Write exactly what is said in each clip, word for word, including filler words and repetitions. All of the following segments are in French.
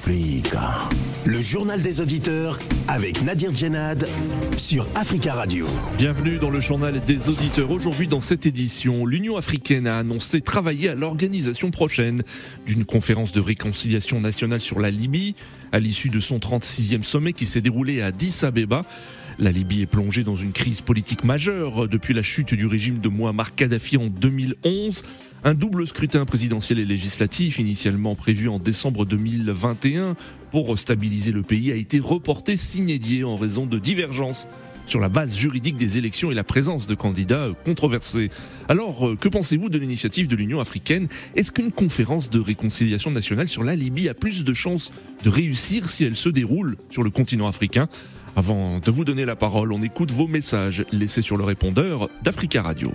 Africa. Le journal des auditeurs avec Nadir Djenad sur Africa Radio. Bienvenue dans le journal des auditeurs. Aujourd'hui dans cette édition, l'Union africaine a annoncé travailler à l'organisation prochaine d'une conférence de réconciliation nationale sur la Libye à l'issue de son trente-sixième sommet qui s'est déroulé à Addis Abeba. La Libye est plongée dans une crise politique majeure depuis la chute du régime de Mouammar Kadhafi en deux mille onze. Un double scrutin présidentiel et législatif, initialement prévu en décembre deux mille vingt et un pour stabiliser le pays, a été reporté sine die en raison de divergences sur la base juridique des élections et la présence de candidats controversés. Alors, que pensez-vous de l'initiative de l'Union africaine ? Est-ce qu'une conférence de réconciliation nationale sur la Libye a plus de chances de réussir si elle se déroule sur le continent africain ? Avant de vous donner la parole, on écoute vos messages laissés sur le répondeur d'Africa Radio.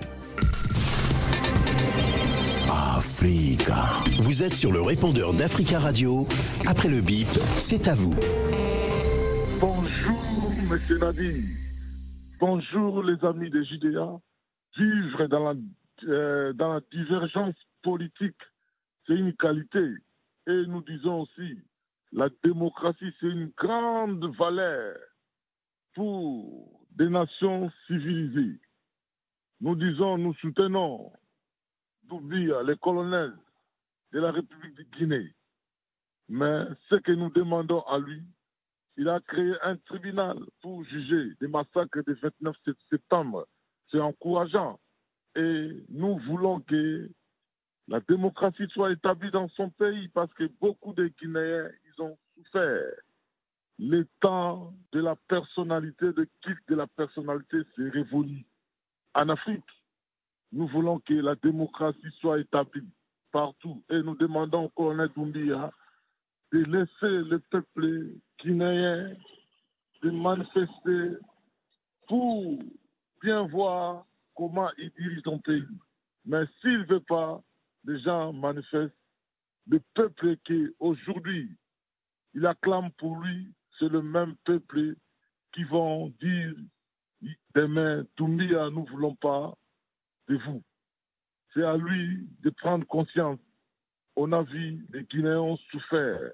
Africa. Vous êtes sur le répondeur d'Africa Radio. Après le bip, c'est à vous. Bonjour, monsieur Nadir. Bonjour, les amis de J D A. Vivre dans la, euh, dans la divergence politique, c'est une qualité. Et nous disons aussi, la démocratie, c'est une grande valeur pour des nations civilisées. Nous disons, nous soutenons Doumbia, les colonels de la République de Guinée. Mais ce que nous demandons à lui, il a créé un tribunal pour juger des massacres du vingt-neuf septembre. C'est encourageant. Et nous voulons que la démocratie soit établie dans son pays parce que beaucoup de Guinéens, ils ont souffert. L'état de la personnalité, de culte de la personnalité s'est révolu. En Afrique, nous voulons que la démocratie soit établie partout. Et nous demandons au colonel Doumbia de laisser le peuple guinéen de manifester pour bien voir comment il dirige son pays. Mais s'il ne veut pas, les gens manifestent. Le peuple qui, aujourd'hui, il acclame pour lui, c'est le même peuple qui vont dire demain, Doumbia, nous ne voulons pas de vous. C'est à lui de prendre conscience. On a vu les Guinéens ont souffert.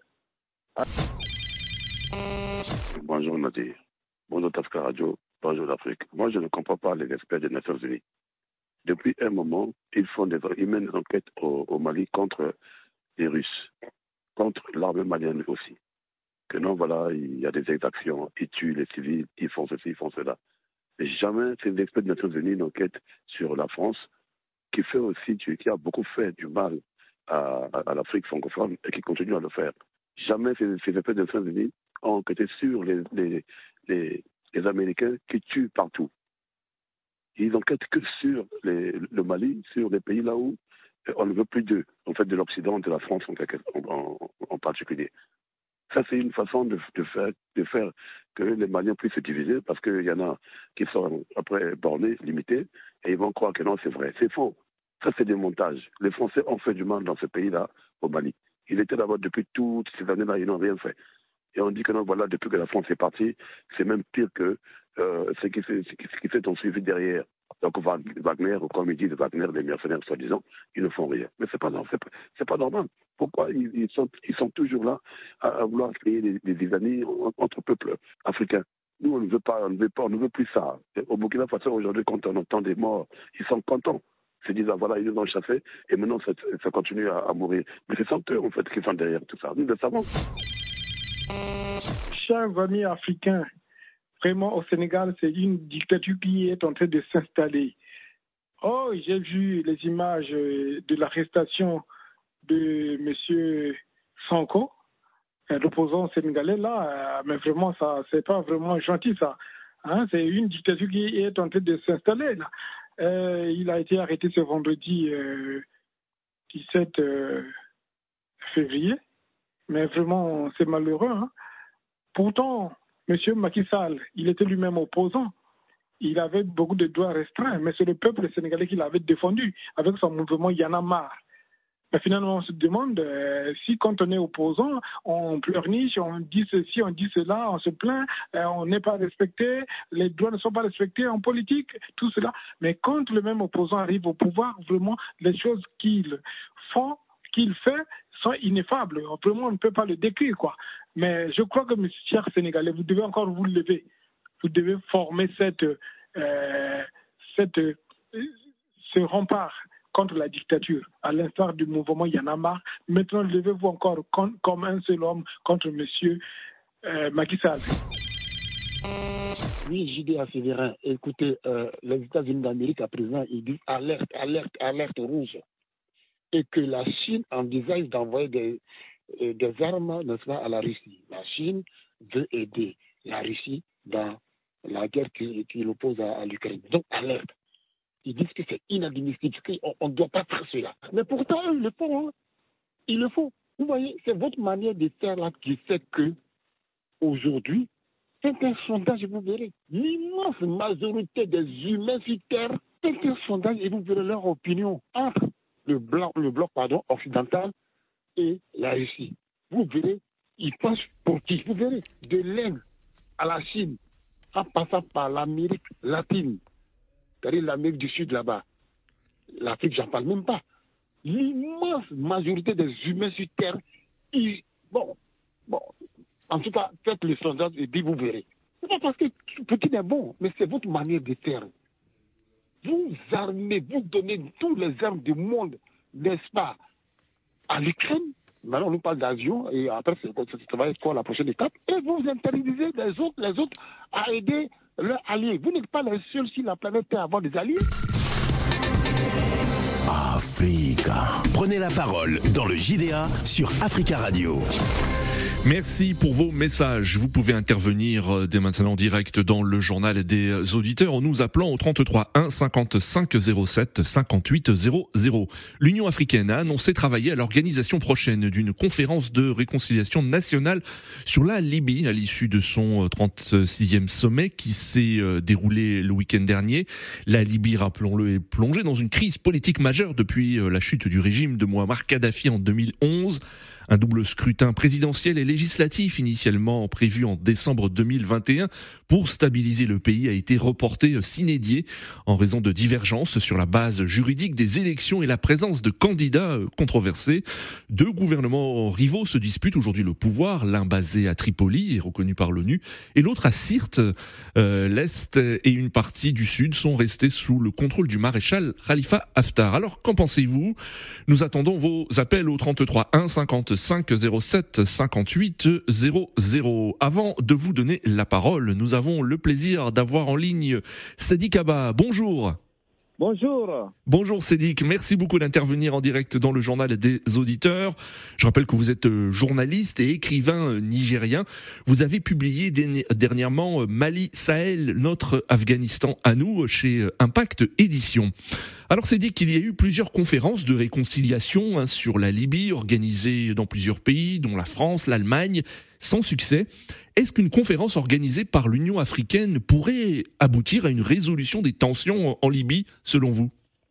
Bonjour Nadir. Bonjour Africa Radio. Bonjour l'Afrique. Moi, je ne comprends pas les experts des Nations Unies. Depuis un moment, ils font des, ils mènent une enquête au, au Mali contre les Russes, contre l'armée malienne aussi. Que non, voilà, il y a des exactions, ils tuent les civils, ils font ceci, ils font cela. Mais jamais c'est l'expert des Nations Unies, une enquête sur la France, qui fait aussi, qui a beaucoup fait du mal à, à, à l'Afrique francophone et qui continue à le faire. Jamais ces, ces experts des Nations Unies ont enquêté sur les, les, les, les Américains qui tuent partout. Ils enquêtent que sur les, le Mali, sur les pays là où on ne veut plus d'eux, en fait de l'Occident, de la France en, en, en particulier. Ça, c'est une façon de, de, faire, de faire que les Maliens puissent se diviser parce qu'il y en a qui sont après bornés, limités, et ils vont croire que non, c'est vrai. C'est faux. Ça, c'est des montages. Les Français ont fait du mal dans ce pays-là, au Mali. Ils étaient là-bas depuis toutes ces années-là, ils n'ont rien fait. Et on dit que non, voilà, depuis que la France est partie, c'est même pire que euh, ce qui fait, ce qui fait ton suivi derrière. Donc Wagner, comme ils disent Wagner, les mercenaires soi-disant, ils ne font rien. Mais c'est pas c'est pas, c'est pas normal. Pourquoi ils, ils, sont, ils sont toujours là à, à vouloir créer des, des, des années entre peuples africains? Nous, on ne veut pas, on ne veut pas, on ne veut plus ça. Au Burkina Faso, aujourd'hui, quand on entend des morts, ils sont contents. Ils se disent, ah, voilà, ils nous ont chassés, et maintenant, ça, ça continue à, à mourir. Mais ce sont eux, en fait, qui sont derrière tout ça. Nous le savons. Chers amis africains, vraiment, au Sénégal, c'est une dictature qui est en train de s'installer. Oh, j'ai vu les images de l'arrestation de M. Sanko, l'opposant sénégalais, là, mais vraiment, ça, c'est pas vraiment gentil, ça. Hein, c'est une dictature qui est en train de s'installer, là. Euh, il a été arrêté ce vendredi euh, dix-sept euh, février, mais vraiment, c'est malheureux, hein. Pourtant, M. Macky Sall, il était lui-même opposant. Il avait beaucoup de droits restreints, mais c'est le peuple sénégalais qui l'avait défendu avec son mouvement Y en a marre. Mais finalement, on se demande euh, si quand on est opposant, on pleurniche, on dit ceci, on dit cela, on se plaint, euh, on n'est pas respecté, les droits ne sont pas respectés en politique, tout cela. Mais quand le même opposant arrive au pouvoir, vraiment, les choses qu'il font, qu'il fait sont ineffables. Autrement, on ne peut pas le décrire, quoi. Mais je crois que, mes chers Sénégalais, vous devez encore vous lever. Vous devez former cette, euh, cette, euh, ce rempart contre la dictature, à l'instar du mouvement Y en a marre. Maintenant, levez-vous encore con, comme un seul homme contre M. Euh, Macky Sall. Oui, J D A Sévérin, écoutez, euh, les États-Unis d'Amérique à présent, ils disent alerte, alerte, alerte rouge. Et que la Chine envisage d'envoyer des, euh, des armes, n'est-ce pas, à la Russie. La Chine veut aider la Russie dans la guerre qui, qui l'oppose à, à l'Ukraine. Donc, alerte. Ils disent que c'est inadmissible, qu'on ne doit pas faire cela. Mais pourtant, eux, ils le font. Hein. Ils le font. Vous voyez, c'est votre manière de faire là qui fait que, aujourd'hui, c'est un sondage et vous verrez. L'immense majorité des humains sur Terre, c'est un sondage et vous verrez leur opinion entre le bloc, le bloc pardon, occidental et la Russie. Vous verrez, ils pensent pour qui? Vous verrez, de l'Inde à la Chine, en passant par l'Amérique latine, c'est-à-dire l'Amérique du Sud là-bas. L'Afrique, j'en parle même pas. L'immense majorité des humains sur Terre, ils, bon, bon, en tout cas, faites le sondage et puis vous verrez. C'est pas parce que Poutine est bon, mais c'est votre manière de faire. Vous armez, vous donnez tous les armes du monde, n'est-ce pas, à l'Ukraine. Maintenant, on nous parle d'avion et après, ça va être quoi la prochaine étape? Et vous interdisez les autres, les autres à aider leurs alliés. Vous n'êtes pas les seuls sur la planète Terre à avoir des alliés. Africa. Prenez la parole dans le J D A sur Africa Radio. Merci pour vos messages. Vous pouvez intervenir dès maintenant en direct dans le journal des auditeurs en nous appelant au trente-trois un cinquante-cinq zéro sept cinquante-huit zéro zéro. L'Union africaine a annoncé travailler à l'organisation prochaine d'une conférence de réconciliation nationale sur la Libye à l'issue de son trente-sixième sommet qui s'est déroulé le week-end dernier. La Libye, rappelons-le, est plongée dans une crise politique majeure depuis la chute du régime de Mouammar Kadhafi en deux mille onze. Un double scrutin présidentiel et législatif initialement prévu en décembre deux mille vingt et un pour stabiliser le pays a été reporté sine die en raison de divergences sur la base juridique des élections et la présence de candidats controversés. Deux gouvernements rivaux se disputent aujourd'hui le pouvoir, l'un basé à Tripoli et reconnu par l'ONU et l'autre à Sirte. Euh, L'Est et une partie du Sud sont restés sous le contrôle du maréchal Khalifa Haftar. Alors qu'en pensez-vous? Nous attendons vos appels au trente-trois un cinquante-cinq zéro sept cinquante-huit zéro zéro. Avant de vous donner la parole, nous avons le plaisir d'avoir en ligne Sédic Abba. Bonjour. Bonjour. Bonjour Sédic, merci beaucoup d'intervenir en direct dans le journal des auditeurs. Je rappelle que vous êtes journaliste et écrivain nigérien. Vous avez publié dernièrement Mali Sahel, notre Afghanistan à nous chez Impact Éditions. Alors Sédic, il y a eu plusieurs conférences de réconciliation hein, sur la Libye organisées dans plusieurs pays, dont la France, l'Allemagne, sans succès. Est-ce qu'une conférence organisée par l'Union africaine pourrait aboutir à une résolution des tensions en Libye, selon vous?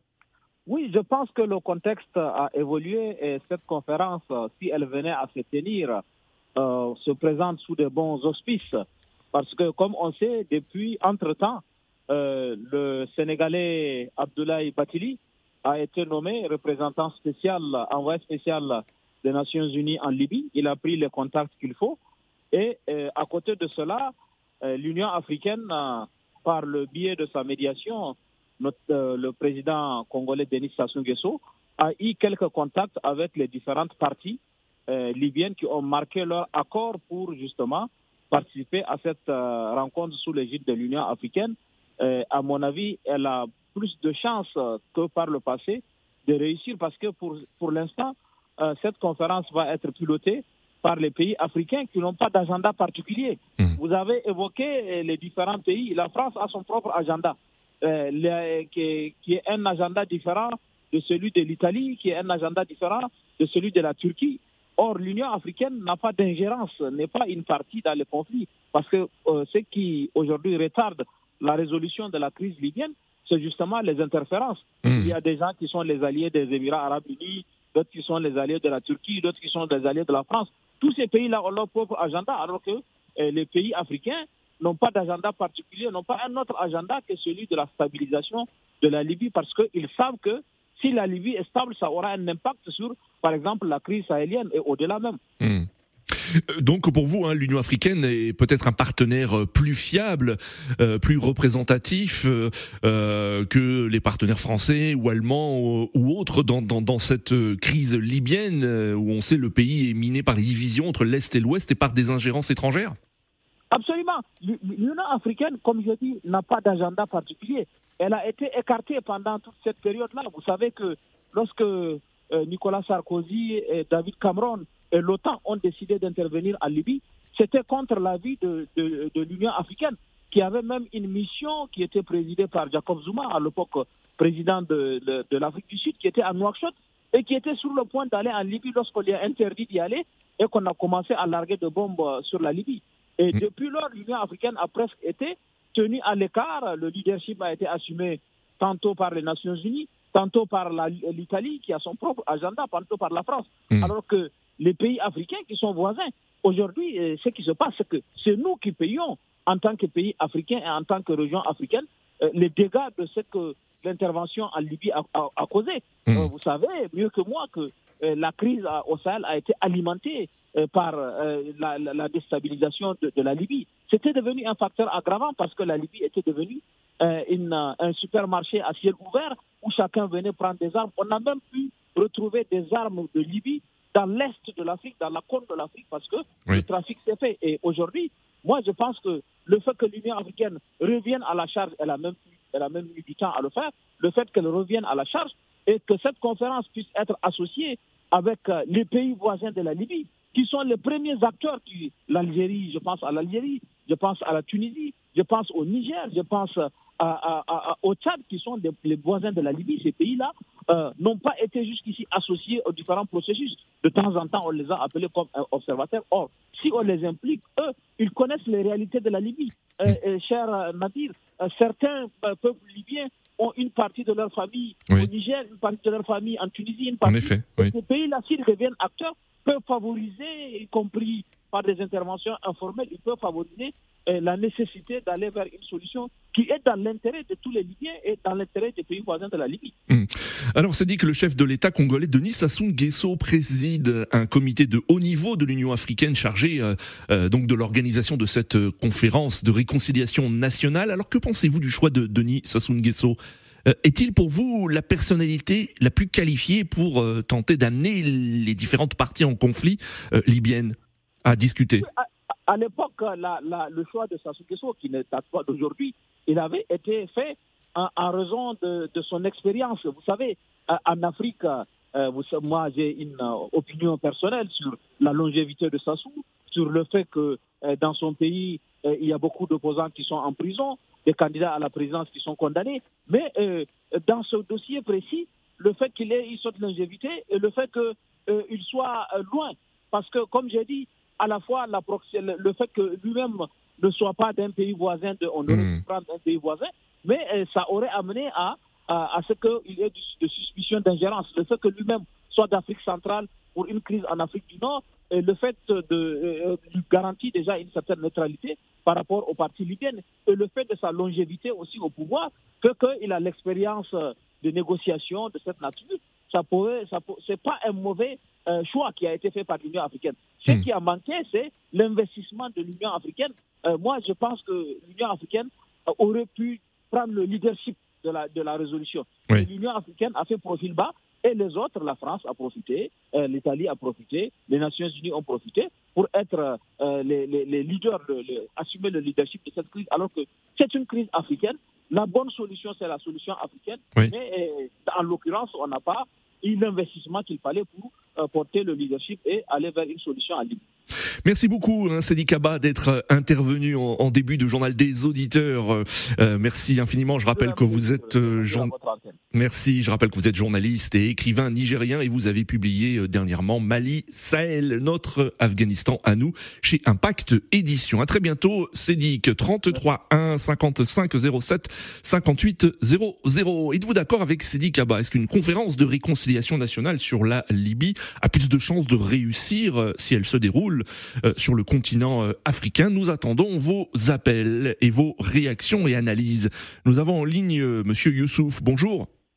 Oui, je pense que le contexte a évolué et cette conférence, si elle venait à se tenir, euh, se présente sous de bons auspices. Parce que, comme on sait, depuis, entre-temps, euh, le Sénégalais Abdoulaye Bathily a été nommé représentant spécial, envoyé spécial des Nations Unies en Libye. Il a pris les contacts qu'il faut. Et euh, à côté de cela, euh, l'Union africaine, euh, par le biais de sa médiation, notre, euh, le président congolais Denis Sassou Nguesso a eu quelques contacts avec les différentes parties euh, libyennes qui ont marqué leur accord pour justement participer à cette euh, rencontre sous l'égide de l'Union africaine. Euh, à mon avis, elle a plus de chances que par le passé de réussir parce que pour, pour l'instant, euh, cette conférence va être pilotée par les pays africains qui n'ont pas d'agenda particulier. Mmh. Vous avez évoqué les différents pays. La France a son propre agenda, euh, les, qui, qui est un agenda différent de celui de l'Italie, qui est un agenda différent de celui de la Turquie. Or, l'Union africaine n'a pas d'ingérence, n'est pas une partie dans le conflit, parce que euh, ce qui aujourd'hui retarde la résolution de la crise libyenne, c'est justement les interférences. Mmh. Il y a des gens qui sont les alliés des Émirats arabes unis, d'autres qui sont les alliés de la Turquie, d'autres qui sont les alliés de la France. Tous ces pays-là ont leur propre agenda, alors que euh, les pays africains n'ont pas d'agenda particulier, n'ont pas un autre agenda que celui de la stabilisation de la Libye, parce qu'ils savent que si la Libye est stable, ça aura un impact sur, par exemple, la crise sahélienne et au-delà même. Mmh. Donc pour vous, hein, l'Union africaine est peut-être un partenaire plus fiable, euh, plus représentatif euh, euh, que les partenaires français ou allemands ou, ou autres dans, dans, dans cette crise libyenne euh, où on sait le pays est miné par les divisions entre l'Est et l'Ouest et par des ingérences étrangères. Absolument. L'Union africaine, comme je dis, n'a pas d'agenda particulier. Elle a été écartée pendant toute cette période-là. Vous savez que lorsque euh, Nicolas Sarkozy et David Cameron et l'OTAN ont décidé d'intervenir en Libye, c'était contre l'avis de, de, de l'Union africaine, qui avait même une mission qui était présidée par Jacob Zuma, à l'époque président de, de, de l'Afrique du Sud, qui était à Nouakchott et qui était sur le point d'aller en Libye lorsqu'on lui a interdit d'y aller et qu'on a commencé à larguer de bombes sur la Libye. Et mmh. depuis lors, l'Union africaine a presque été tenue à l'écart. Le leadership a été assumé tantôt par les Nations Unies, tantôt par la, l'Italie, qui a son propre agenda, tantôt par la France. Mmh. Alors que les pays africains qui sont voisins, aujourd'hui, euh, ce qui se passe, c'est que c'est nous qui payons, en tant que pays africain et en tant que région africaine, euh, les dégâts de ce que l'intervention en Libye a, a, a causé. Mmh. Euh, vous savez mieux que moi que euh, la crise à, au Sahel a été alimentée euh, par euh, la, la, la déstabilisation de, de la Libye. C'était devenu un facteur aggravant parce que la Libye était devenue euh, une, un supermarché à ciel ouvert où chacun venait prendre des armes. On a même pu retrouver des armes de Libye dans l'est de l'Afrique, dans la côte de l'Afrique, parce que oui. le trafic s'est fait. Et aujourd'hui, moi, je pense que le fait que l'Union africaine revienne à la charge, elle a même, elle a même eu du temps à le faire, le fait qu'elle revienne à la charge et que cette conférence puisse être associée avec les pays voisins de la Libye, qui sont les premiers acteurs, qui, l'Algérie, je pense à l'Algérie, je pense à la Tunisie, je pense au Niger, je pense à, à, à, au Tchad, qui sont des, les voisins de la Libye. Ces pays-là euh, n'ont pas été jusqu'ici associés aux différents processus. De temps en temps, on les a appelés comme euh, observateurs. Or, si on les implique, eux, ils connaissent les réalités de la Libye. Euh, euh, cher euh, Nadir, euh, certains euh, peuples libyens ont une partie de leur famille oui. au Niger, une partie de leur famille en Tunisie, une partie. En effet, oui. Ces pays-là, s'ils deviennent acteurs, peuvent favoriser, y compris par des interventions informelles, ils peuvent favoriser euh, la nécessité d'aller vers une solution qui est dans l'intérêt de tous les Libyens et dans l'intérêt des pays voisins de la Libye. Mmh. Alors, c'est dit que le chef de l'État congolais, Denis Sassou Nguesso, préside un comité de haut niveau de l'Union africaine chargé euh, euh, donc de l'organisation de cette euh, conférence de réconciliation nationale. Alors, que pensez-vous du choix de Denis Sassou Nguesso ? Euh, est-il pour vous la personnalité la plus qualifiée pour euh, tenter d'amener les différentes parties en conflit euh, libyennes à discuter ? à, à l'époque, la, la, le choix de Sassou Nguesso, qui n'est pas d'aujourd'hui, il avait été fait en, en raison de, de son expérience. Vous savez, en Afrique, euh, vous, moi j'ai une euh, opinion personnelle sur la longévité de Sassou, sur le fait que euh, dans son pays, euh, il y a beaucoup d'opposants qui sont en prison, des candidats à la présidence qui sont condamnés. Mais euh, dans ce dossier précis, le fait qu'il ait eu cette longévité et le fait qu'il euh, soit euh, loin, parce que, comme j'ai dit, à la fois la proxy, le, le fait que lui-même ne soit pas d'un pays voisin, de, on aurait pu mmh. prendre un pays voisin, mais euh, ça aurait amené à, à, à ce qu'il y ait de suspicion d'ingérence. Le fait que lui-même soit d'Afrique centrale pour une crise en Afrique du Nord, et le fait de, euh, lui garantit déjà une certaine neutralité par rapport aux partis libyennes, et le fait de sa longévité aussi au pouvoir, que qu'il a l'expérience de négociation de cette nature, ça pourrait, ça pourrait, c'est pas un mauvais euh, choix qui a été fait par l'Union africaine. Ce mmh. qui a manqué, c'est l'investissement de l'Union africaine. Euh, moi, je pense que l'Union africaine euh, aurait pu prendre le leadership de la, de la résolution. Oui. L'Union africaine a fait profil bas et les autres, la France a profité, euh, l'Italie a profité, les Nations Unies ont profité pour être euh, les, les, les leaders, le, le, assumer le leadership de cette crise, alors que c'est une crise africaine. La bonne solution, c'est la solution africaine, oui. mais euh, en l'occurrence, on n'a pas eu l'investissement qu'il fallait pour euh, porter le leadership et aller vers une solution en Libye. Merci beaucoup, hein, Seydi Kaba, d'être intervenu en, en début de journal des auditeurs. Euh, merci infiniment. Je rappelle que vous êtes euh, jour... merci. Je rappelle que vous êtes journaliste et écrivain nigérien et vous avez publié euh, dernièrement Mali Sahel, notre Afghanistan à nous, chez Impact Édition. À très bientôt, Seydi. trente-trois un cinquante-cinq zéro sept cinquante-huit zéro zéro. Êtes-vous d'accord avec Seydi Kaba ? Est-ce qu'une conférence de réconciliation nationale sur la Libye a plus de chances de réussir euh, si elle se déroule Euh, sur le continent euh, africain? Nous attendons vos appels et vos réactions et analyses. Nous avons en ligne euh, Monsieur Youssouf. Bonjour.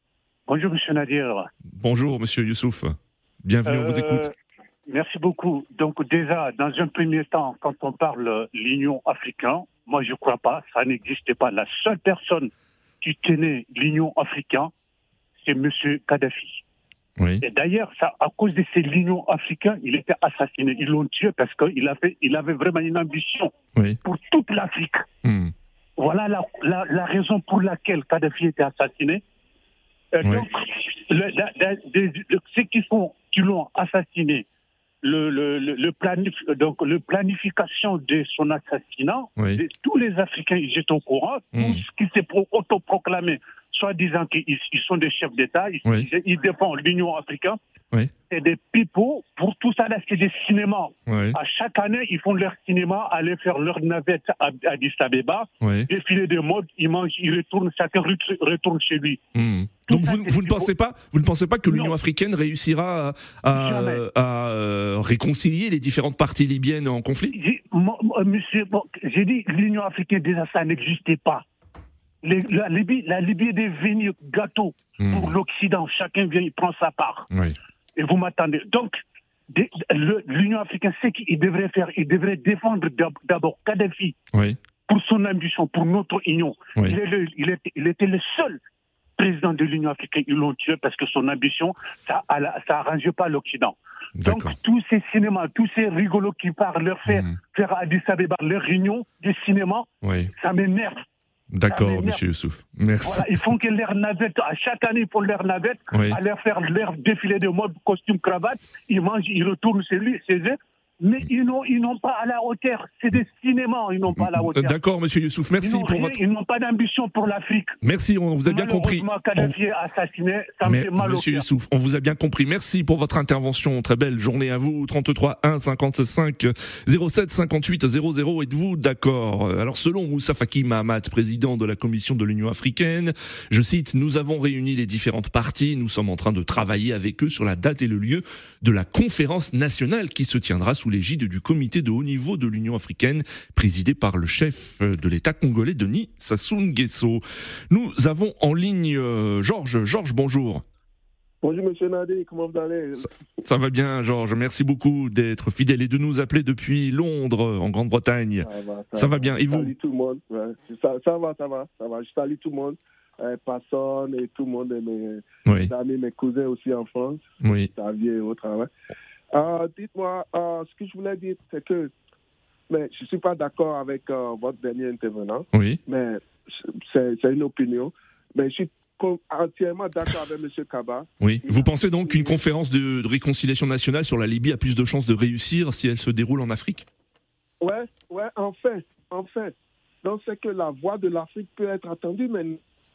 Bonjour, monsieur Nadir. Bonjour, monsieur Youssouf. Bienvenue, euh, on vous écoute. Merci beaucoup. Donc déjà, dans un premier temps, quand on parle de l'Union africaine, moi je ne crois pas, ça n'existait pas. La seule personne qui tenait l'Union africaine, c'est monsieur Kadhafi. Oui. Et d'ailleurs, ça, à cause de ces l'Union africaine, il était assassiné. Ils l'ont tué parce qu'il avait, il avait vraiment une ambition oui. pour toute l'Afrique. Mmh. Voilà la, la, la raison pour laquelle Kadhafi était assassiné. Euh, oui. Donc, le, la, la, de, de, ceux qui, sont, qui l'ont assassiné, le, le, le, le, planif, donc, le planification de son assassinat, oui. de, tous les Africains ils étaient au courant, mmh. tous qui s'est pro, autoproclamés, soit disant qu'ils ils sont des chefs d'État, ils, oui. ils, ils défendent l'Union africaine. Oui. C'est des pipeaux. Pour tout ça, là, c'est des cinémas. Oui. À chaque année, ils font leur cinéma, aller faire leur navette à, à Addis Abeba, oui. défiler de mode, ils mangent, ils retournent, chacun retourne chez lui. Mmh. Donc ça, vous, vous, ne pensez pas, vous ne pensez pas que l'Union non. africaine réussira à, à, à, à réconcilier les différentes parties libyennes en conflit ? j'ai, moi, monsieur, bon, j'ai dit l'Union africaine, déjà, ça n'existait pas. Les, la, Libye, la Libye est devenue gâteau mmh. pour l'Occident. Chacun vient, il prend sa part. Oui. Et vous m'attendez. Donc, de, le, l'Union africaine, c'est qu'il devrait faire. Il devrait défendre d'abord Kadhafi oui. pour son ambition, pour notre union. Oui. Il, est le, il, était, il était le seul président de l'Union africaine. Ils l'ont tué parce que son ambition, ça n'arrangeait pas l'Occident. D'accord. Donc, tous ces cinémas, tous ces rigolos qui parlent, leur faire, mmh. faire à Addis Abeba leur réunion de cinéma, oui. ça m'énerve. D'accord, monsieur Youssouf. Merci. Voilà, ils font que leur navette, à chaque année, ils font leur navette, oui. à leur faire leur défilé de mode, costume, cravate, ils mangent, ils retournent chez lui, chez eux. Mais ils n'ont, ils n'ont pas à la hauteur. C'est des cinémas, ils n'ont pas à la hauteur. D'accord, monsieur Youssouf, merci ils pour rien, votre... Ils n'ont pas d'ambition pour l'Afrique. Merci, on vous a bien compris. Kadhafi est assassiné, ça Mais, me fait mal monsieur au cœur. Youssouf, on vous a bien compris. Merci pour votre intervention. Très belle journée à vous. trente-trois un cinquante-cinq zéro sept cinquante-huit zéro zéro. Êtes-vous d'accord ? Alors, selon Moussa Faki Mahamat, président de la Commission de l'Union africaine, je cite, « Nous avons réuni les différentes parties. Nous sommes en train de travailler avec eux sur la date et le lieu de la conférence nationale qui se tiendra sous l'égide du comité de haut niveau de l'Union africaine, présidé par le chef de l'État congolais, Denis Sassou Nguesso. » Nous avons en ligne euh, Georges. Georges, bonjour. Bonjour Monsieur Nadé, comment vous allez ? ça, ça va bien, Georges. Merci beaucoup d'être fidèle et de nous appeler depuis Londres, en Grande-Bretagne. Ça va, ça ça va bien. Et vous ? Salut tout le monde. Ouais. Ça, ça va, ça va, ça va. Je salue tout le monde. Euh, Personne et tout le monde, et mes oui. amis, mes cousins aussi en France. Oui. Xavier au travail. Euh, dites-moi, euh, ce que je voulais dire, c'est que mais je ne suis pas d'accord avec euh, votre dernier intervenant, oui. mais c'est, c'est une opinion. Mais je suis entièrement d'accord avec M. Kaba. Oui. Vous pensez donc qu'une conférence de, de réconciliation nationale sur la Libye a plus de chances de réussir si elle se déroule en Afrique ? Ouais, ouais, en fait, en fait. Donc c'est que la voix de l'Afrique peut être attendue, mais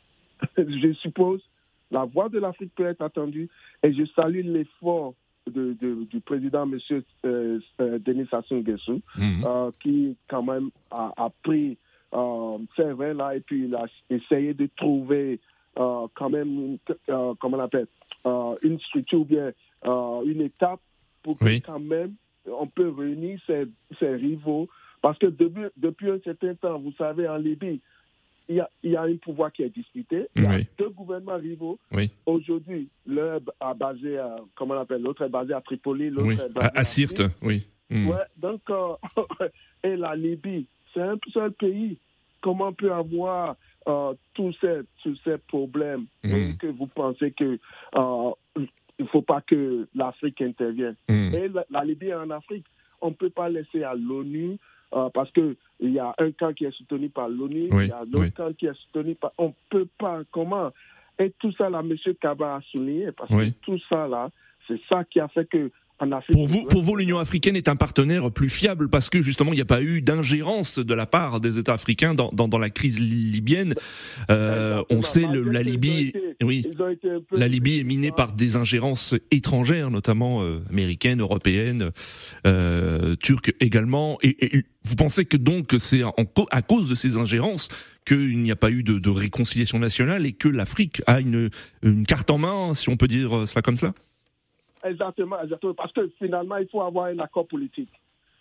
je suppose la voix de l'Afrique peut être attendue, et je salue l'effort De, de, du président, M. Euh, euh, Denis Sassou Nguesso, mmh. euh, qui quand même a, a pris euh, ces vins-là et puis il a essayé de trouver euh, quand même une, euh, comment on appelle, euh, une structure ou bien euh, une étape pour que oui. quand même on peut réunir ces, ces rivaux. Parce que depuis, depuis un certain temps, vous savez, en Libye, Il y, a, il y a un pouvoir qui est disputé. Il y a oui. deux gouvernements rivaux. Oui. Aujourd'hui, l'un est basé à, comment on appelle, l'autre est basé à Tripoli, l'autre oui. est basé à, à Sirte. Oui. Mm. Ouais, donc, euh, et la Libye, c'est un seul pays. Comment on peut avoir euh, tous ces, tous ces problèmes mm. et que vous pensez que euh, il ne faut pas que l'Afrique intervienne. Mm. Et la, la Libye est en Afrique. On ne peut pas laisser à l'ONU. Euh, parce qu'il y a un camp qui est soutenu par l'ONU, il oui, y a l'autre oui. camp qui est soutenu par... On ne peut pas... Comment? Et tout ça, là, M. Kaba a souligné, parce oui. que tout ça, là, c'est ça qui a fait que... Afrique, pour vous, pour vous, l'Union africaine est un partenaire plus fiable parce que justement il n'y a pas eu d'ingérence de la part des États africains dans, dans, dans la crise libyenne. Euh, on sait le, la Libye, été, oui, la Libye est minée par des ingérences étrangères, notamment euh, américaines, européennes, euh, turques également. Et, et vous pensez que donc c'est en, à cause de ces ingérences qu'il n'y a pas eu de, de réconciliation nationale et que l'Afrique a une, une carte en main, si on peut dire ça comme ça? Exactement, exactement. Parce que finalement, il faut avoir un accord politique.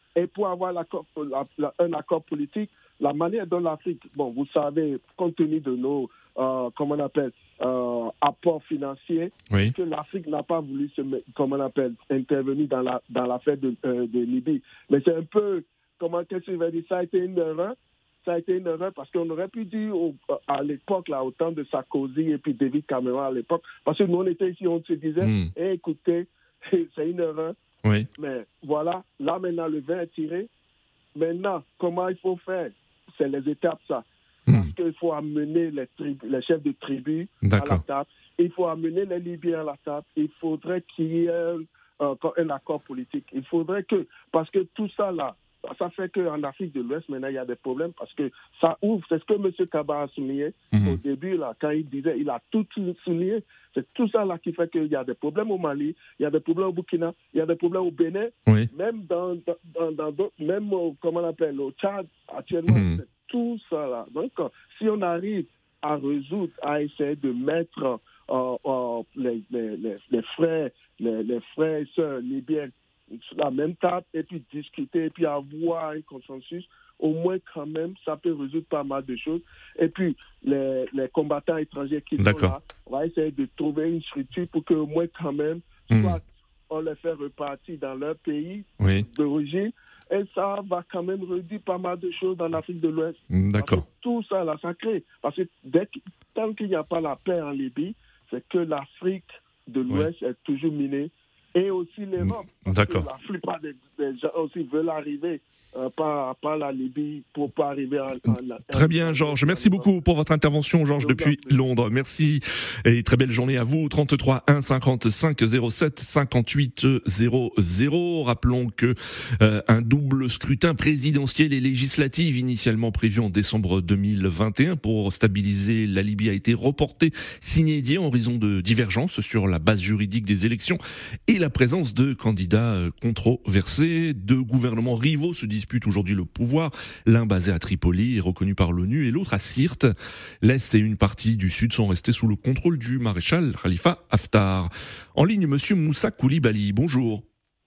Et pour avoir l'accord, la, la, un accord politique, la manière dont l'Afrique, bon, vous savez, compte tenu de nos, euh, comment on appelle, euh, apports financiers, oui. que l'Afrique n'a pas voulu se, comment on appelle, intervenir dans la dans l'affaire de, euh, de Libye. Mais c'est un peu, comment qu'est-ce que je vais dire, ça a été une erreur. Ça a été une erreur parce qu'on aurait pu dire au, à l'époque, là, au temps de Sarkozy et puis David Cameron à l'époque, parce que nous, on était ici, on se disait, mm. hey, écoutez, c'est une erreur. Oui. Mais voilà, là maintenant, le vin est tiré. Maintenant, comment il faut faire? C'est les étapes, ça. Mm. Parce qu'il faut amener les, tribus, les chefs de tribus D'accord. à la table. Il faut amener les Libyens à la table. Il faudrait qu'il y ait un, un, un accord politique. Il faudrait que, parce que tout ça, là, ça fait qu'en Afrique de l'Ouest, maintenant, il y a des problèmes parce que ça ouvre. C'est ce que M. Kaba a souligné mmh. au début, là, quand il disait, il a tout souligné. C'est tout ça là qui fait qu'il y a des problèmes au Mali, il y a des problèmes au Burkina, il y a des problèmes au Bénin, oui. même dans, dans, dans, dans même au, comment on appelle, au Tchad, actuellement, mmh. c'est tout ça là. Donc, si on arrive à résoudre, à essayer de mettre euh, euh, les, les, les, les frères, les, les frères et sœurs libyens sur la même table et puis discuter et puis avoir un consensus, au moins quand même, ça peut résoudre pas mal de choses. Et puis, les, les combattants étrangers qui D'accord. sont là, on va essayer de trouver une structure pour qu'au moins quand même, mmh. soit on les fait repartir dans leur pays oui. d'origine, et ça va quand même réduire pas mal de choses dans l'Afrique de l'Ouest. D'accord. Tout ça, là, ça crée. Parce que dès que, tant qu'il n'y a pas la paix en Libye, c'est que l'Afrique de l'Ouest oui. est toujours minée. Et aussi l'Europe. D'accord. La plupart des, des gens aussi veulent arriver euh, par, par la Libye pour pas arriver en... en très bien, Georges. Merci beaucoup pour votre intervention, Georges, depuis Londres. Merci et très belle journée à vous. trente-trois un cinquante-cinq zéro sept cinquante-huit zéro zéro. Rappelons que euh, un double scrutin présidentiel et législatif initialement prévu en décembre deux mille vingt et un pour stabiliser la Libye a été reporté sine die en raison de divergences sur la base juridique des élections et la présence de candidats controversés. Deux gouvernements rivaux se disputent aujourd'hui le pouvoir, l'un basé à Tripoli et reconnu par l'ONU et l'autre à Sirte. L'Est et une partie du Sud sont restés sous le contrôle du maréchal Khalifa Haftar. En ligne, monsieur Moussa Koulibaly, bonjour.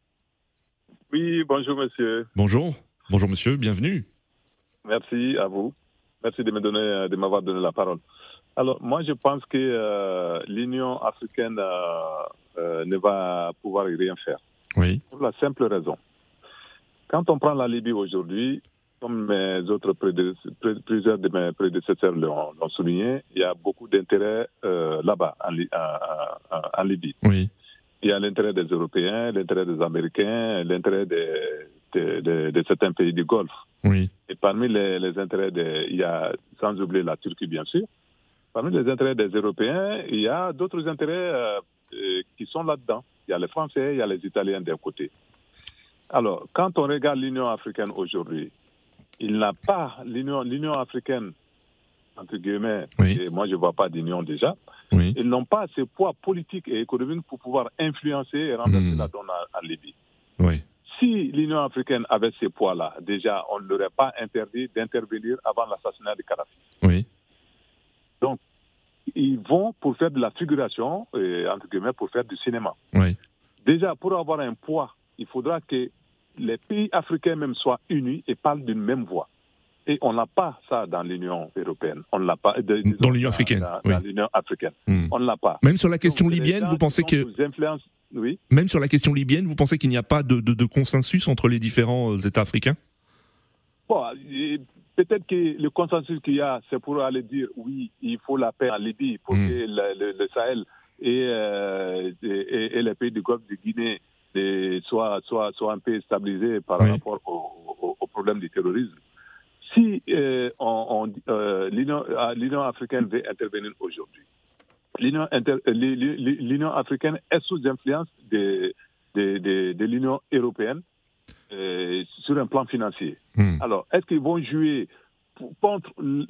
Oui, bonjour monsieur. Bonjour, bonjour monsieur, bienvenue. Merci à vous. Merci de me donner, de m'avoir donné la parole. Alors, moi, je pense que euh, l'Union africaine euh, euh, ne va pouvoir rien faire. Oui. Pour la simple raison. Quand on prend la Libye aujourd'hui, comme mes autres prédé- plusieurs de mes prédécesseurs l'ont, l'ont souligné, il y a beaucoup d'intérêts euh, là-bas, en, en, en, en Libye. Oui. Il y a l'intérêt des Européens, l'intérêt des Américains, l'intérêt des, de, de, de certains pays du Golfe. Oui. Et parmi les, les intérêts, des, il y a, sans oublier la Turquie, bien sûr, parmi les intérêts des Européens, il y a d'autres intérêts euh, euh, qui sont là-dedans. Il y a les Français, il y a les Italiens d'un côté. Alors, quand on regarde l'Union africaine aujourd'hui, il n'a pas, l'Union, l'Union africaine, entre guillemets, oui. et moi je ne vois pas d'union déjà, oui. ils n'ont pas ce poids politique et économique pour pouvoir influencer et renverser mmh. la donne en Libye. Oui. Si l'Union africaine avait ces poids-là, déjà, on ne leur aurait pas interdit d'intervenir avant l'assassinat de Kadhafi. Oui. Donc, ils vont pour faire de la figuration, et, entre guillemets, pour faire du cinéma. Oui. Déjà, pour avoir un poids, il faudra que les pays africains même soient unis et parlent d'une même voix. Et on n'a pas ça dans l'Union européenne. On l'a pas. De, disons, dans l'Union africaine. Dans, oui. dans l'Union africaine. Mmh. On ne l'a pas. Même sur la question Donc, libyenne, vous pensez que. Oui. Même sur la question libyenne, vous pensez qu'il n'y a pas de, de, de consensus entre les différents États africains? Bon, peut-être que le consensus qu'il y a, c'est pour aller dire oui, il faut la paix en Libye pour mmh. que le, le, le Sahel et, euh, et, et les pays du Golfe de Guinée soient, soient, soient un peu stabilisés par oui. rapport au, au, au problème du terrorisme. Si euh, on, on, euh, l'Union, l'Union africaine veut intervenir aujourd'hui, l'Union, inter, l'Union africaine est sous influence de, de, de, de l'Union européenne euh, sur un plan financier. Mmh. Alors, est-ce qu'ils vont jouer contre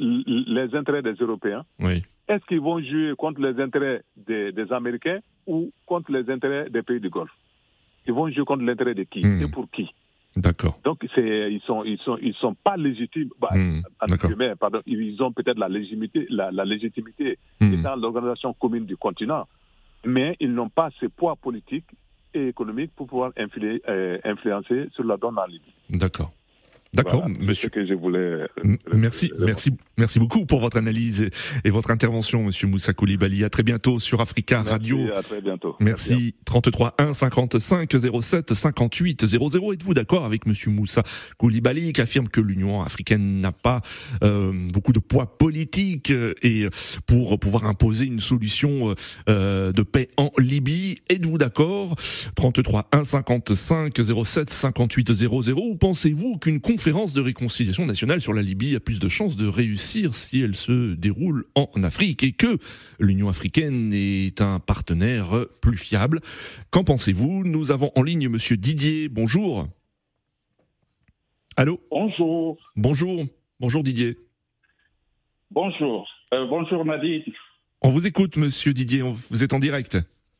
les intérêts des Européens? Oui. Est-ce qu'ils vont jouer contre les intérêts des, des Américains ou contre les intérêts des pays du Golfe? Ils vont jouer contre l'intérêt de qui? Mmh. Et pour qui? D'accord. Donc c'est, ils sont ils sont ils sont pas légitimes. Bah, mmh, guillemets, pardon, ils ont peut-être la légitimité la, la légitimité mmh. étant l'organisation commune du continent, mais ils n'ont pas ce poids politique et économique pour pouvoir influ- euh, influencer sur la donne en Libye. D'accord. D'accord, voilà, monsieur. C'est ce que je voulais. M- Merci, merci, merci beaucoup pour votre analyse et, et votre intervention, monsieur Moussa Koulibaly. À très bientôt sur Africa Merci, Radio. à très bientôt. Merci. Merci. trente-trois un cinquante-cinq zéro sept cinquante-huit zéro zéro. Êtes-vous d'accord avec monsieur Moussa Koulibaly qui affirme que l'Union africaine n'a pas euh, beaucoup de poids politique et pour pouvoir imposer une solution euh, de paix en Libye? Êtes-vous d'accord? trente-trois un cinquante-cinq zéro sept cinquante-huit zéro zéro. Ou pensez-vous qu'une conférence de réconciliation nationale sur la Libye a plus de chances de réussir si elle se déroule en Afrique et que l'Union africaine est un partenaire plus fiable? Qu'en pensez-vous? Nous avons en ligne monsieur Didier. Bonjour. Allô? Bonjour. Bonjour. Bonjour Didier. Bonjour. Euh, bonjour Nadine. On vous écoute monsieur Didier, vous êtes en direct.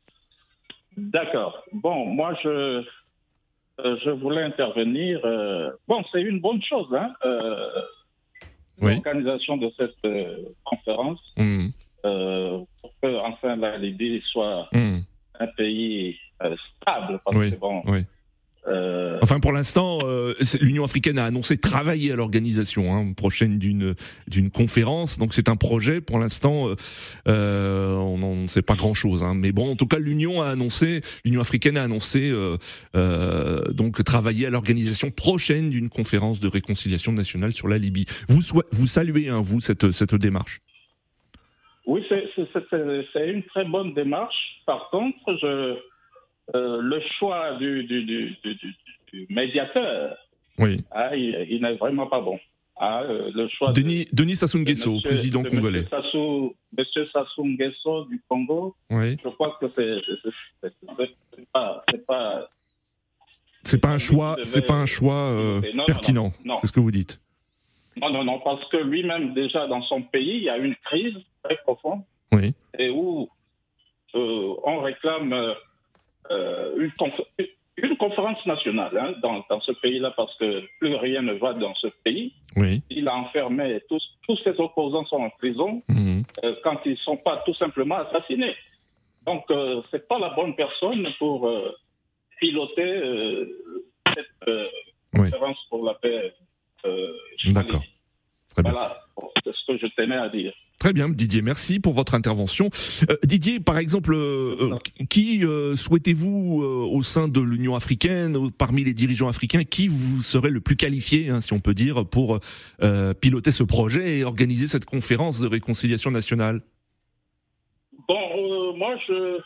D'accord. Bon, moi je... Euh, je voulais intervenir. Euh, bon, c'est une bonne chose, hein, euh, oui. l'organisation de cette euh, conférence mmh. euh, pour que enfin la Libye soit mmh. un pays euh, stable. Parce oui. que, bon, oui. euh... Enfin, pour l'instant, euh, l'Union africaine a annoncé travailler à l'organisation hein, prochaine d'une d'une conférence. Donc, c'est un projet. Pour l'instant, euh, on n'en sait pas grand-chose. Hein. Mais bon, en tout cas, l'Union a annoncé, l'Union africaine a annoncé euh, euh, donc travailler à l'organisation prochaine d'une conférence de réconciliation nationale sur la Libye. Vous vous saluez, hein, vous, cette cette démarche? Oui, c'est, c'est, c'est, c'est une très bonne démarche. Par contre, je Euh, le choix du, du, du, du, du médiateur, oui. ah, il, il n'est vraiment pas bon. Ah, le choix Denis, de, Denis Sassou Nguesso, monsieur, président de congolais. Monsieur Sassou, monsieur Sassou Nguesso du Congo, oui. je crois que c'est, c'est, c'est, c'est, c'est pas... C'est pas, c'est pas un choix, devait, c'est pas un choix euh, non, pertinent, non, non. C'est ce que vous dites. Non, non, non, parce que lui-même, déjà, dans son pays, il y a une crise très profonde, oui. et où euh, on réclame... Euh, Euh, une, conf- une conférence nationale hein, dans, dans ce pays-là parce que plus rien ne va dans ce pays. Oui. Il a enfermé tous, tous ses opposants sont en prison mmh. euh, quand ils ne sont pas tout simplement assassinés. Donc euh, c'est pas la bonne personne pour euh, piloter euh, cette euh, oui. conférence pour la paix. Euh, D'accord. Très bien. Voilà, c'est ce que je tenais à dire. Très bien, Didier, merci pour votre intervention. Euh, Didier, par exemple, euh, qui euh, souhaitez-vous euh, au sein de l'Union africaine, parmi les dirigeants africains, qui vous serait le plus qualifié, hein, si on peut dire, pour euh, piloter ce projet et organiser cette conférence de réconciliation nationale? Bon, euh, moi, je,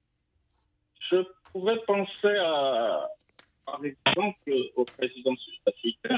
je pouvais penser à, par exemple, au président sud-africain,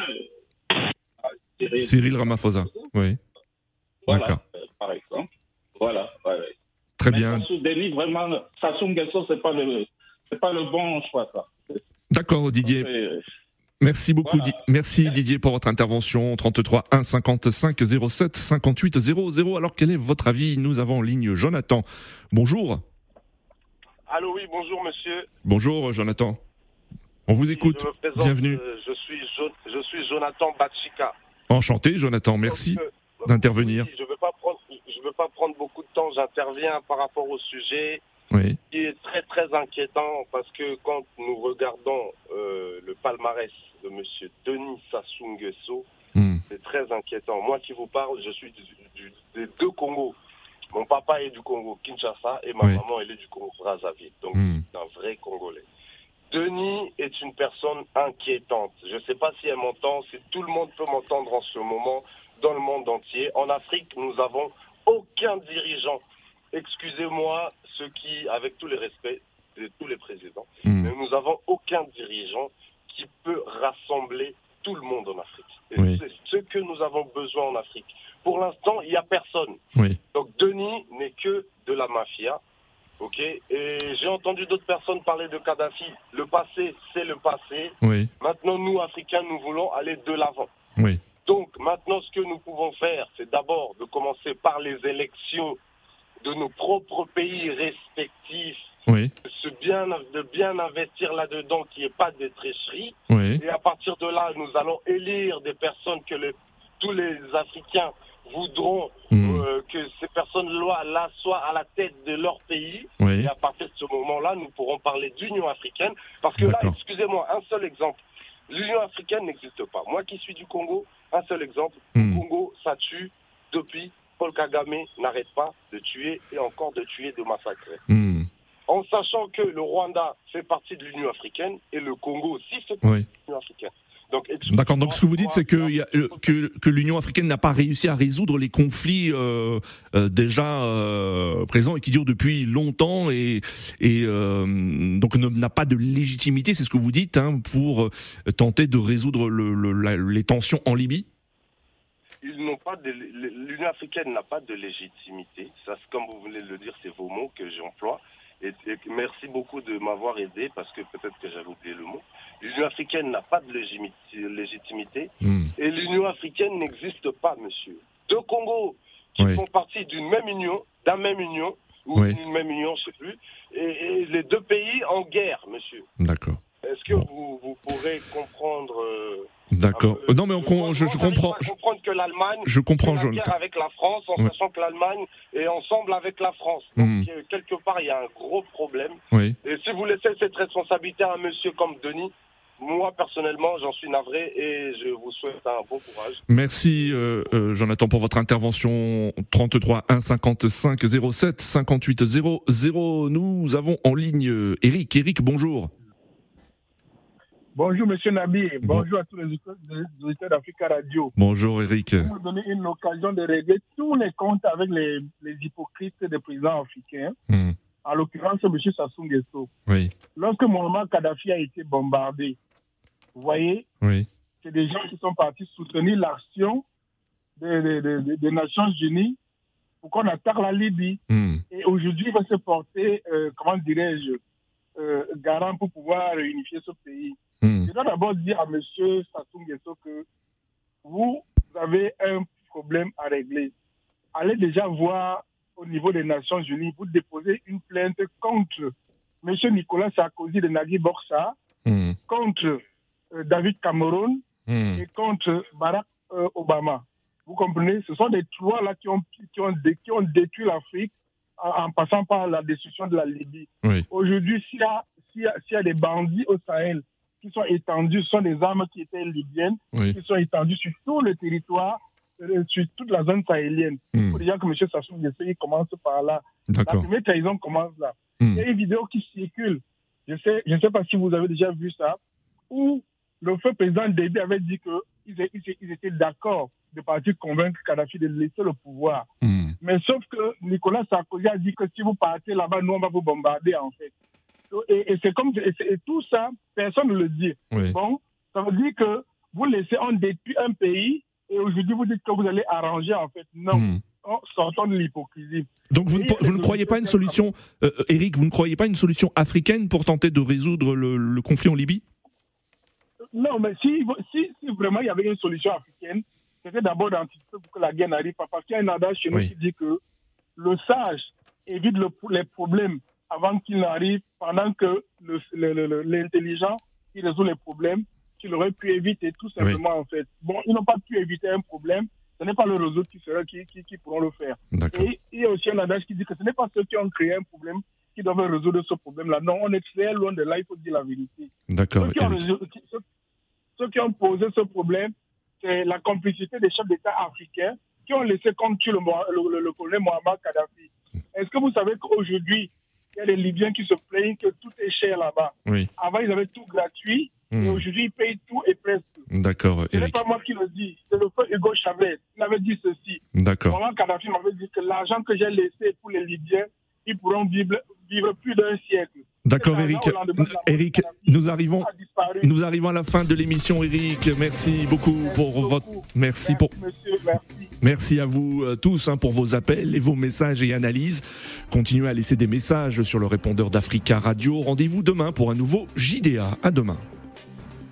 Cyril, Cyril Ramaphosa, oui. Voilà, d'accord. Euh, par exemple. Voilà. Ouais. Très Mais bien. Sassou Denis, vraiment, Sassou Nguesso, c'est pas le, c'est pas le bon choix, ça. D'accord, Didier. C'est... Merci beaucoup. Voilà. Di- Merci Didier pour votre intervention. trente-trois un cinquante-cinq zéro sept cinquante-huit zéro zéro. Alors, quel est votre avis? Nous avons en ligne Jonathan. Bonjour. Allô, oui, bonjour, monsieur. Bonjour, Jonathan. On vous écoute. Je me présente, Bienvenue. Euh, je suis jo- je suis Jonathan Batchika. Enchanté, Jonathan. Merci. Donc, euh, d'intervenir. Oui, je ne veux pas prendre, je veux pas prendre beaucoup de temps. J'interviens par rapport au sujet oui. qui est très très inquiétant parce que quand nous regardons euh, le palmarès de Monsieur Denis Sassou Nguesso, mm. c'est très inquiétant. Moi qui vous parle, je suis du, du, des deux Congos. Mon papa est du Congo Kinshasa et ma oui. maman elle est du Congo Brazzaville. Donc mm. c'est un vrai Congolais. Denis est une personne inquiétante. Je ne sais pas si elle m'entend, si tout le monde peut m'entendre en ce moment. Dans le monde entier. En Afrique, nous n'avons aucun dirigeant. Excusez-moi, ceux qui, avec tous les respects de tous les présidents, mmh. mais nous n'avons aucun dirigeant qui peut rassembler tout le monde en Afrique. Et oui. c'est ce que nous avons besoin en Afrique. Pour l'instant, il n'y a personne. Oui. Donc Denis n'est que de la mafia. Ok. Et j'ai entendu d'autres personnes parler de Kadhafi. Le passé, c'est le passé. Oui. Maintenant, nous, Africains, nous voulons aller de l'avant. Oui. Donc, maintenant, ce que nous pouvons faire, c'est d'abord de commencer par les élections de nos propres pays respectifs, oui. de, se bien, de bien investir là-dedans, qu'il n'y ait pas de tricherie. Oui. Et à partir de là, nous allons élire des personnes que les, tous les Africains voudront mmh. euh, que ces personnes-là soient à la tête de leur pays. Oui. Et à partir de ce moment-là, nous pourrons parler d'Union africaine. Parce que là, D'accord. excusez-moi, un seul exemple. L'Union africaine n'existe pas. Moi qui suis du Congo, un seul exemple. Mmh. Le Congo, ça tue depuis. Paul Kagame n'arrête pas de tuer et encore de tuer, de massacrer. Mmh. En sachant que le Rwanda fait partie de l'Union africaine et le Congo aussi fait partie Oui. de l'Union africaine. Donc, D'accord, donc ce que vous dites, c'est que, y a, euh, que, que l'Union africaine n'a pas réussi à résoudre les conflits euh, euh, déjà euh, présents et qui durent depuis longtemps et, et euh, donc ne, n'a pas de légitimité, c'est ce que vous dites, hein, pour tenter de résoudre le, le, la, les tensions en Libye. Ils n'ont pas de, l'Union africaine n'a pas de légitimité. Ça, comme vous venez de le dire, c'est vos mots que j'emploie. Et, et merci beaucoup de m'avoir aidé parce que peut-être que j'avais oublié le mot. L'Union africaine n'a pas de légitimité mmh. et l'Union africaine n'existe pas, monsieur. Deux Congos qui oui. font partie d'une même union, d'un même union, ou oui. d'une même union, je ne sais plus, et, et les deux pays en guerre, monsieur. D'accord. Est-ce que bon. vous, vous pourrez comprendre euh, D'accord. Euh, non, mais on, je, je, je comprends. Je comprends que l'Allemagne je comprends, fait la guerre avec la France, en ouais. sachant que l'Allemagne est ensemble avec la France. Donc, mmh. quelque part, il y a un gros problème. Oui. Et si vous laissez cette responsabilité à un monsieur comme Denis, moi, personnellement, j'en suis navré et je vous souhaite un bon courage. Merci, euh, euh, Jonathan, pour votre intervention. trente-trois un cinquante-cinq zéro sept cinquante-huit zéro zéro. Nous avons en ligne euh, Eric. Eric, bonjour. Bonjour, monsieur Nabi. Bonjour bon. à tous les auditeurs d'Africa Radio. Bonjour, Eric. Vous nous donnez une occasion de régler tous les comptes avec les, les hypocrites des présidents africains. Mm. En l'occurrence, monsieur Sassou Nguesso. Oui. Lorsque Mohamed Kadhafi a été bombardé, vous voyez, oui. c'est des gens qui sont partis soutenir l'action des, des, des, des Nations Unies pour qu'on attaque la Libye. Mm. Et aujourd'hui, il va se porter, euh, comment dirais-je, euh, garant pour pouvoir réunifier ce pays. Mm. Je dois d'abord dire à M. Sassou Nguesso que vous avez un problème à régler. Allez déjà voir au niveau des Nations Unies pour déposer une plainte contre M. Nicolas Sarkozy de Nagui Borsa, mm. contre euh, David Cameron mm. et contre Barack euh, Obama. Vous comprenez? Ce sont des trois là qui ont, qui ont, qui ont détruit l'Afrique en, en passant par la destruction de la Libye. Oui. Aujourd'hui, s'il y a, s'il y a, s'il y a des bandits au Sahel qui sont étendus, ce sont des armes qui étaient libyennes, oui. qui sont étendues sur tout le territoire, euh, sur toute la zone sahélienne. Mm. Il faut déjà que M. Sassou Nguesso commence par là. D'accord. La première trahison commence là. Mm. Il y a une vidéo qui circule, je ne sais, je sais pas si vous avez déjà vu ça, où le feu président Déby avait dit qu'ils ils étaient d'accord de partir convaincre Kadhafi de laisser le pouvoir. Mm. Mais sauf que Nicolas Sarkozy a dit que si vous partez là-bas, nous on va vous bombarder en fait. Et, et c'est comme et, et tout ça, personne ne le dit. Oui. Bon, ça veut dire que vous laissez, on détruit un pays et aujourd'hui vous dites que vous allez arranger en fait. Non, mm. oh, sortons de l'hypocrisie. Donc vous, ne, vous ne croyez pas une solution, euh, Eric, vous ne croyez pas une solution africaine pour tenter de résoudre le, le conflit en Libye? Non, mais si, si, si vraiment il y avait une solution africaine, c'était d'abord d'anticiper pour que la guerre n'arrive pas. Parce qu'il y a un adage chez nous oui. qui dit que le sage évite le, les problèmes avant qu'il n'arrive, pendant que le, le, le, l'intelligent, qui résout les problèmes, qu'il aurait pu éviter tout simplement oui. en fait. Bon, ils n'ont pas pu éviter un problème, ce n'est pas le réseau qui, sera, qui, qui, qui pourront le faire. Et il y a aussi un adage qui dit que ce n'est pas ceux qui ont créé un problème qui doivent résoudre ce problème-là. Non, on est très loin de là, il faut dire la vérité. D'accord. Ceux qui ont, résolu, ceux, ceux qui ont posé ce problème, c'est la complicité des chefs d'État africains qui ont laissé comme tuer le, le, le, le colonel Mohamed Kadhafi. Est-ce que vous savez qu'aujourd'hui, il y a des Libyens qui se plaignent que tout est cher là-bas. Oui. Avant, ils avaient tout gratuit, mmh. et aujourd'hui, ils payent tout et presque. D'accord, Ce n'est pas moi qui le dis, c'est le feu Hugo Chavez. Il avait dit ceci. D'accord. Mohamed Kadhafi m'avait dit que l'argent que j'ai laissé pour les Libyens, ils pourront vivre, vivre plus d'un siècle. D'accord, Eric. Eric, nous arrivons, nous arrivons à la fin de l'émission, Eric. Merci beaucoup merci pour beaucoup. votre. Merci, merci pour. Monsieur, merci. Merci à vous euh, tous hein, pour vos appels et vos messages et analyses. Continuez à laisser des messages sur le répondeur d'Africa Radio. Rendez-vous demain pour un nouveau J D A. À demain.